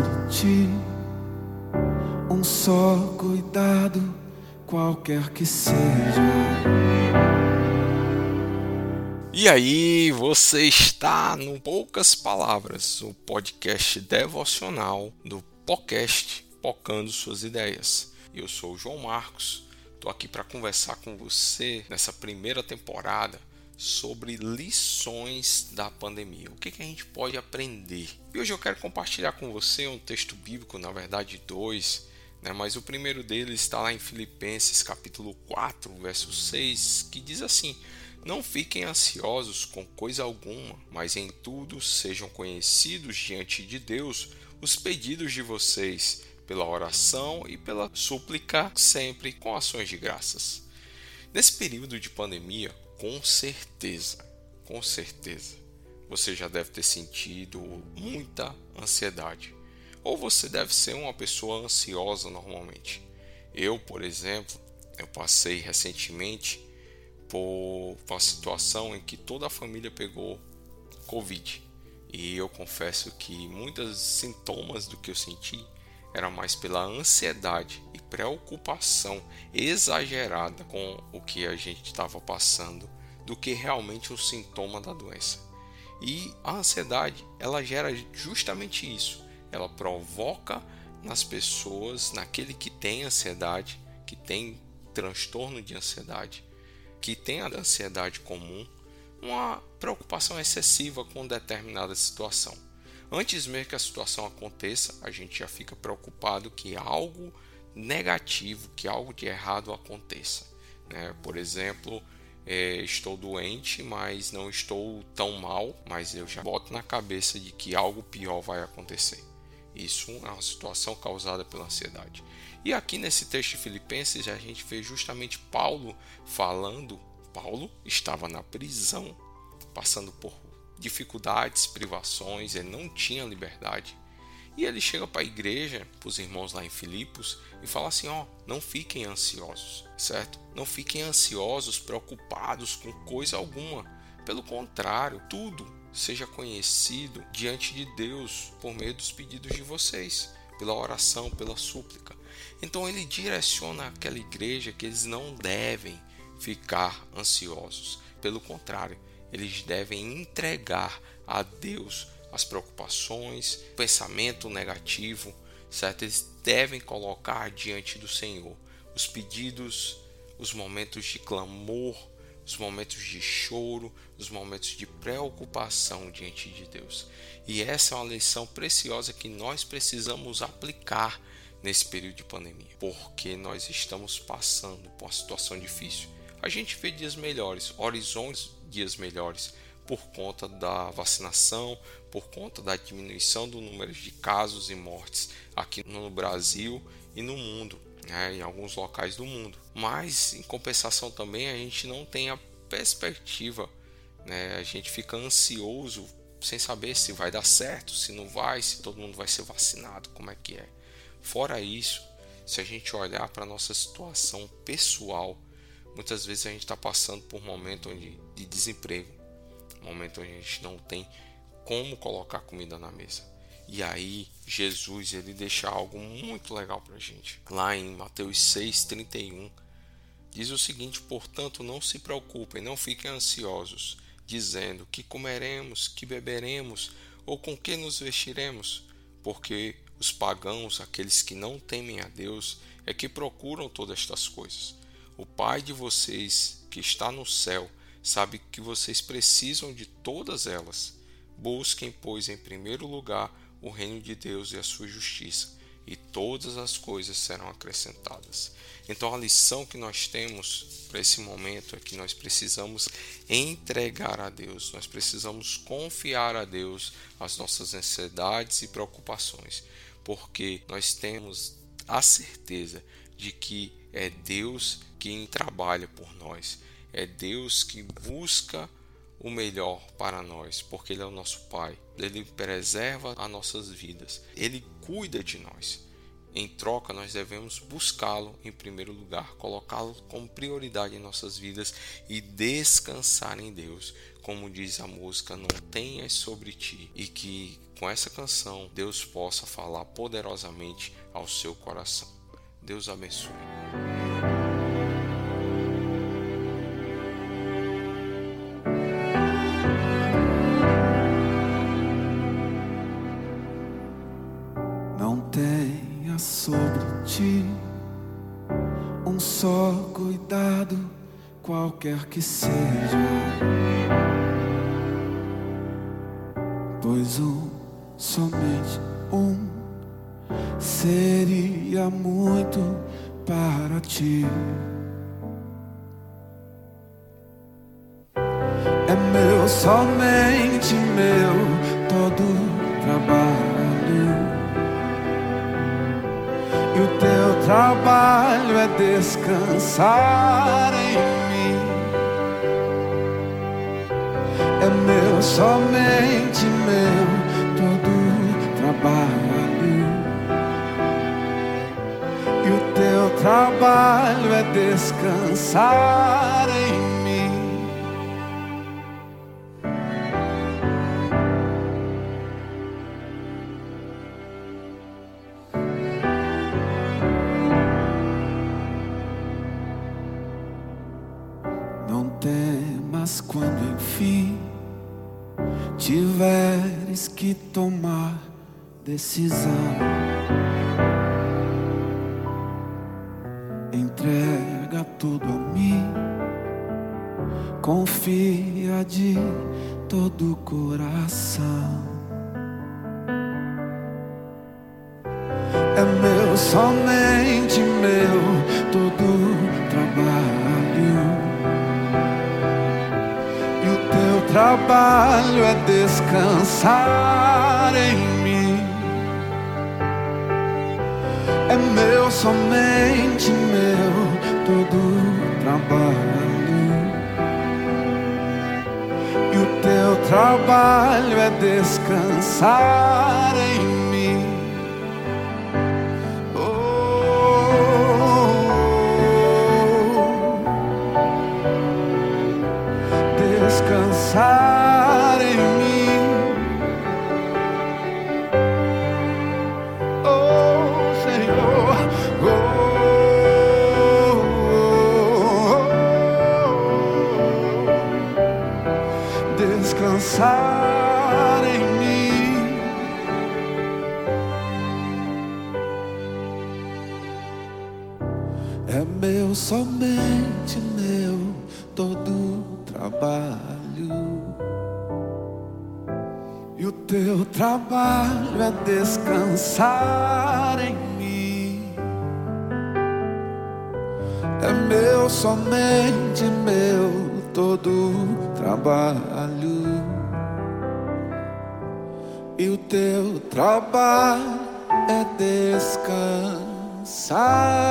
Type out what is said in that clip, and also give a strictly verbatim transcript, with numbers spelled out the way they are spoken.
de ti, um só cuidado, qualquer que seja. E aí, você está no Poucas Palavras, o podcast devocional do podcast Pocando Suas Ideias. Eu sou o João Marcos, estou aqui para conversar com você nessa primeira temporada sobre lições da pandemia. O que, que a gente pode aprender? E hoje eu quero compartilhar com você um texto bíblico, na verdade dois, né? Mas o primeiro deles está lá em Filipenses capítulo quatro, verso seis, que diz assim: não fiquem ansiosos com coisa alguma, mas em tudo sejam conhecidos diante de Deus os pedidos de vocês, pela oração e pela súplica, sempre com ações de graças. Nesse período de pandemia, com certeza, com certeza, você já deve ter sentido muita ansiedade. Ou você deve ser uma pessoa ansiosa normalmente. Eu, por exemplo, eu passei recentemente por uma situação em que toda a família pegou Covid. E eu confesso que muitos sintomas do que eu senti era mais pela ansiedade e preocupação exagerada com o que a gente estava passando do que realmente o sintoma da doença. E a ansiedade, ela gera justamente isso. Ela provoca nas pessoas, naquele que tem ansiedade, que tem transtorno de ansiedade, que tem a ansiedade comum, uma preocupação excessiva com determinada situação. Antes mesmo que a situação aconteça, a gente já fica preocupado que algo negativo, que algo de errado aconteça. Né? Por exemplo, é, estou doente, mas não estou tão mal, mas eu já boto na cabeça de que algo pior vai acontecer. Isso é uma situação causada pela ansiedade. E aqui nesse texto de Filipenses a gente vê justamente Paulo falando. Paulo estava na prisão, passando por dificuldades, privações, ele não tinha liberdade. E ele chega para a igreja, para os irmãos lá em Filipos, e fala assim: ó, não fiquem ansiosos, certo? Não fiquem ansiosos, preocupados com coisa alguma. Pelo contrário, tudo seja conhecido diante de Deus por meio dos pedidos de vocês, pela oração, pela súplica. Então ele direciona aquela igreja que eles não devem ficar ansiosos. Pelo contrário, eles devem entregar a Deus as preocupações, o pensamento negativo, certo? Eles devem colocar diante do Senhor os pedidos, os momentos de clamor, os momentos de choro, os momentos de preocupação diante de Deus. E essa é uma lição preciosa que nós precisamos aplicar nesse período de pandemia, porque nós estamos passando por uma situação difícil. A gente vê dias melhores, horizontes dias melhores, por conta da vacinação, por conta da diminuição do número de casos e mortes aqui no Brasil e no mundo, né, em alguns locais do mundo. Mas, em compensação também, a gente não tem a perspectiva, né, a gente fica ansioso sem saber se vai dar certo, se não vai, se todo mundo vai ser vacinado, como é que é. Fora isso, se a gente olhar para a nossa situação pessoal, muitas vezes a gente está passando por um momento onde, de desemprego, um momento onde a gente não tem como colocar comida na mesa. E aí Jesus ele deixa algo muito legal para a gente. Lá em Mateus seis, trinta e um, diz o seguinte: portanto não se preocupem, não fiquem ansiosos, dizendo que comeremos, que beberemos ou com que nos vestiremos, porque os pagãos, aqueles que não temem a Deus, é que procuram todas estas coisas. O Pai de vocês, que está no céu, sabe que vocês precisam de todas elas. Busquem, pois, em primeiro lugar o reino de Deus e a sua justiça, e todas as coisas serão acrescentadas. Então a lição que nós temos para esse momento é que nós precisamos entregar a Deus, nós precisamos confiar a Deus as nossas ansiedades e preocupações, porque nós temos a certeza de que é Deus quem trabalha por nós, é Deus que busca o melhor para nós, porque Ele é o nosso Pai, Ele preserva as nossas vidas, Ele cuida de nós. Em troca, nós devemos buscá-lo em primeiro lugar, colocá-lo como prioridade em nossas vidas e descansar em Deus. Como diz a música, não tenhas sobre ti. E que com essa canção Deus possa falar poderosamente ao seu coração. Deus abençoe. Não tenha sobre ti um só cuidado, qualquer que seja, pois um, somente um, seria muito para ti. É meu, somente meu, todo trabalho. E o teu trabalho é descansar em mim. É meu, somente meu, todo trabalho. E o teu trabalho é descansar em mim. Não temas quando enfim tiveres que tomar decisão. Entrega tudo a mim, confia de todo o coração. É meu, somente meu, todo trabalho. E o teu trabalho é descansar em mim. É meu, somente meu, todo trabalho. E o teu trabalho é descansar em mim. Descansar em mim, oh Senhor, oh, oh, oh. Descansar em mim. É meu, somente meu, todo trabalho. E o teu trabalho é descansar em mim. É meu, somente meu, todo trabalho. E o teu trabalho é descansar